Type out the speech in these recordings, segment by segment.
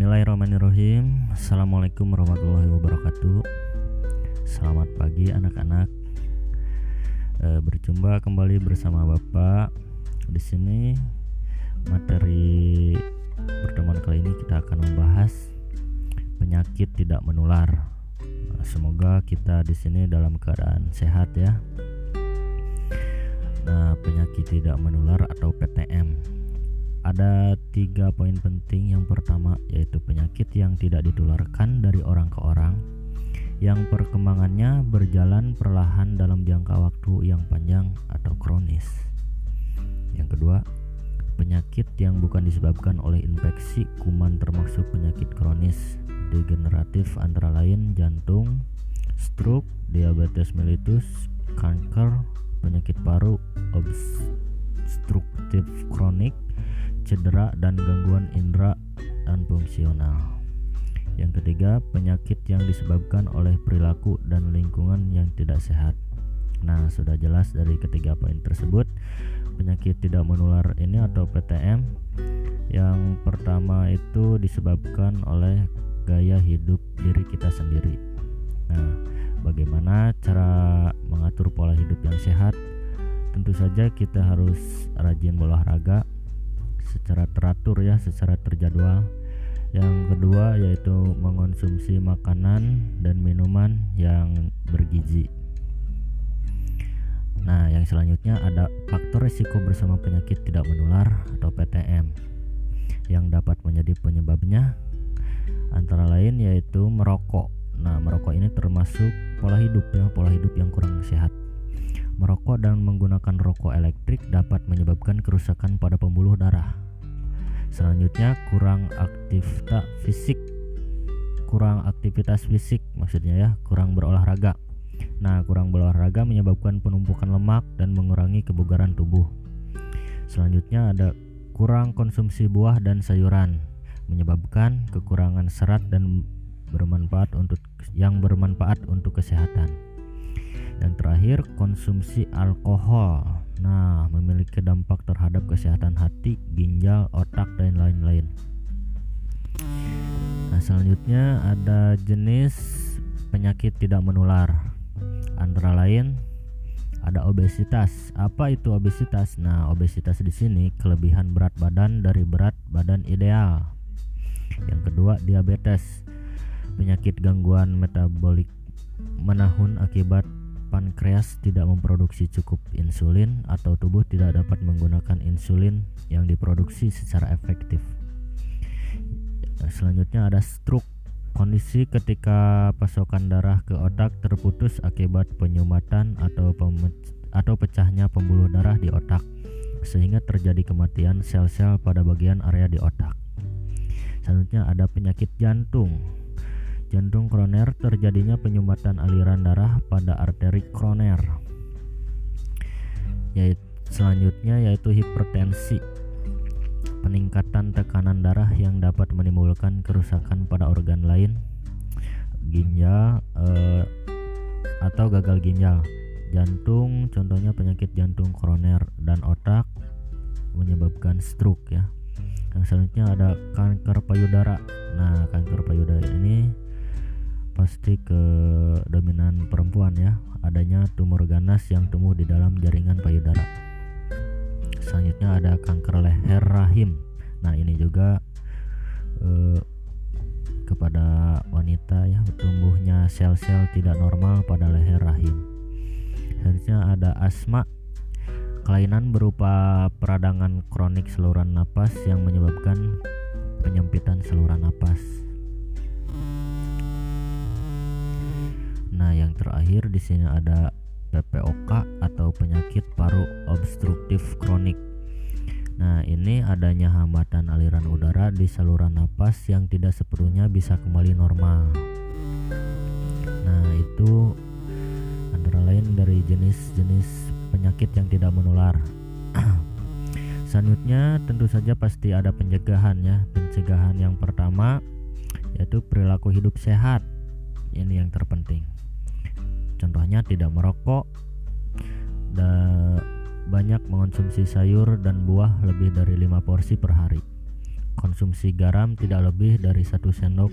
Bismillahirrahmanirrahim. Assalamualaikum warahmatullahi wabarakatuh. Selamat pagi anak-anak. Berjumpa kembali bersama Bapak. Di sini materi pertemuan kali ini kita akan membahas penyakit tidak menular. Semoga kita di sini dalam keadaan sehat ya. Nah, penyakit tidak menular atau PTM. Ada 3 poin penting. Yang pertama yaitu penyakit yang tidak ditularkan dari orang ke orang, yang perkembangannya berjalan perlahan dalam jangka waktu yang panjang atau kronis. Yang kedua, penyakit yang bukan disebabkan oleh infeksi kuman termasuk penyakit kronis degeneratif antara lain jantung, stroke, diabetes mellitus, kanker, penyakit paru, obstruktif kronik, cedera dan gangguan indera dan fungsional. Yang ketiga, penyakit yang disebabkan oleh perilaku dan lingkungan yang tidak sehat. Nah, sudah jelas dari ketiga poin tersebut. Penyakit tidak menular ini atau PTM yang pertama itu disebabkan oleh gaya hidup diri kita sendiri. Nah, bagaimana cara mengatur pola hidup yang sehat? Tentu saja kita harus rajin berolahraga secara teratur ya, secara terjadwal. Yang kedua yaitu mengonsumsi makanan dan minuman yang bergizi. Nah, yang selanjutnya ada faktor risiko bersama penyakit tidak menular atau PTM yang dapat menjadi penyebabnya, antara lain yaitu merokok. Nah, merokok ini termasuk pola hidup ya, pola hidup yang kurang sehat. Merokok dan menggunakan rokok elektrik dapat menyebabkan kerusakan pada pembuluh darah. Selanjutnya, kurang aktivitas fisik maksudnya ya, kurang berolahraga. Nah, kurang berolahraga menyebabkan penumpukan lemak dan mengurangi kebugaran tubuh. Selanjutnya ada kurang konsumsi buah dan sayuran, menyebabkan kekurangan serat dan bermanfaat untuk kesehatan. Dan terakhir, konsumsi alkohol. Nah, memiliki dampak terhadap kesehatan hati, ginjal, otak, dan lain-lain. Nah, selanjutnya ada jenis penyakit tidak menular. Antara lain ada obesitas. Apa itu obesitas? Nah, obesitas di sini kelebihan berat badan dari berat badan ideal. Yang kedua, diabetes. Penyakit gangguan metabolik menahun akibat pankreas tidak memproduksi cukup insulin atau tubuh tidak dapat menggunakan insulin yang diproduksi secara efektif. Selanjutnya ada stroke. Kondisi ketika pasokan darah ke otak terputus akibat penyumbatan atau pecahnya pembuluh darah di otak, sehingga terjadi kematian sel-sel pada bagian area di otak. Selanjutnya ada penyakit jantung. Jantung koroner, terjadinya penyumbatan aliran darah pada arteri koroner. Selanjutnya yaitu hipertensi. Peningkatan tekanan darah yang dapat menimbulkan kerusakan pada organ lain, ginjal atau gagal ginjal. Jantung, contohnya penyakit jantung koroner, dan otak menyebabkan stroke ya. Yang selanjutnya ada kanker payudara. Nah, kanker payudara ini pasti ke dominan perempuan ya, adanya tumor ganas yang tumbuh di dalam jaringan payudara. Selanjutnya ada kanker leher rahim. Nah, ini juga kepada wanita ya, tumbuhnya sel-sel tidak normal pada leher rahim. Selanjutnya ada asma. Kelainan berupa peradangan kronik saluran napas yang menyebabkan penyempitan saluran napas. Nah, yang terakhir di sini ada PPOK atau penyakit paru obstruktif kronik. Nah, ini adanya hambatan aliran udara di saluran napas yang tidak sepenuhnya bisa kembali normal. Nah, itu antara lain dari jenis-jenis penyakit yang tidak menular. Selanjutnya tentu saja pasti ada pencegahan ya. Pencegahan yang pertama yaitu perilaku hidup sehat. Ini yang terpenting. Contohnya tidak merokok, banyak mengonsumsi sayur dan buah lebih dari 5 porsi per hari. Konsumsi garam tidak lebih dari 1 sendok.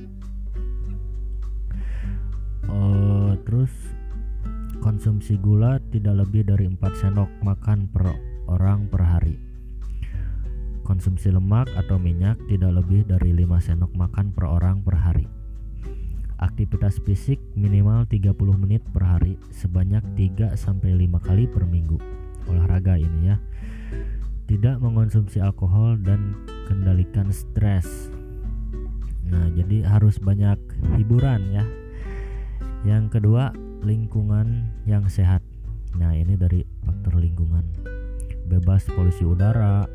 Terus konsumsi gula tidak lebih dari 4 sendok makan per orang per hari. Konsumsi lemak atau minyak tidak lebih dari 5 sendok makan per orang per hari. Aktivitas fisik minimal 30 menit per hari sebanyak 3-5 kali per minggu. Olahraga ini ya. Tidak mengonsumsi alkohol dan kendalikan stres. Nah, jadi harus banyak hiburan ya. Yang kedua, lingkungan yang sehat. Nah, ini dari faktor lingkungan. Bebas polusi udara,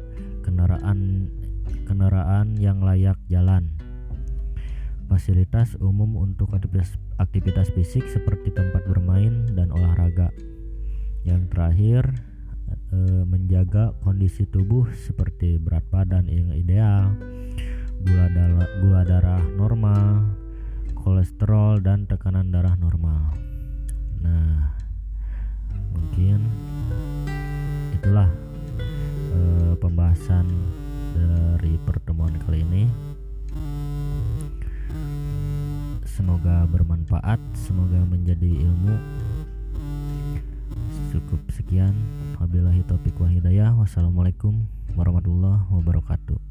kendaraan yang layak jalan. Fasilitas umum untuk aktivitas fisik seperti tempat bermain dan olahraga. Yang terakhir, menjaga kondisi tubuh seperti berat badan yang ideal, gula darah normal, kolesterol dan tekanan darah normal. Nah, mungkin itulah pembahasan dari pertemuan kali ini. Semoga bermanfaat, semoga menjadi ilmu. Cukup sekian. Wabillahi taufiq wa hidayah. Wassalamualaikum warahmatullahi wabarakatuh.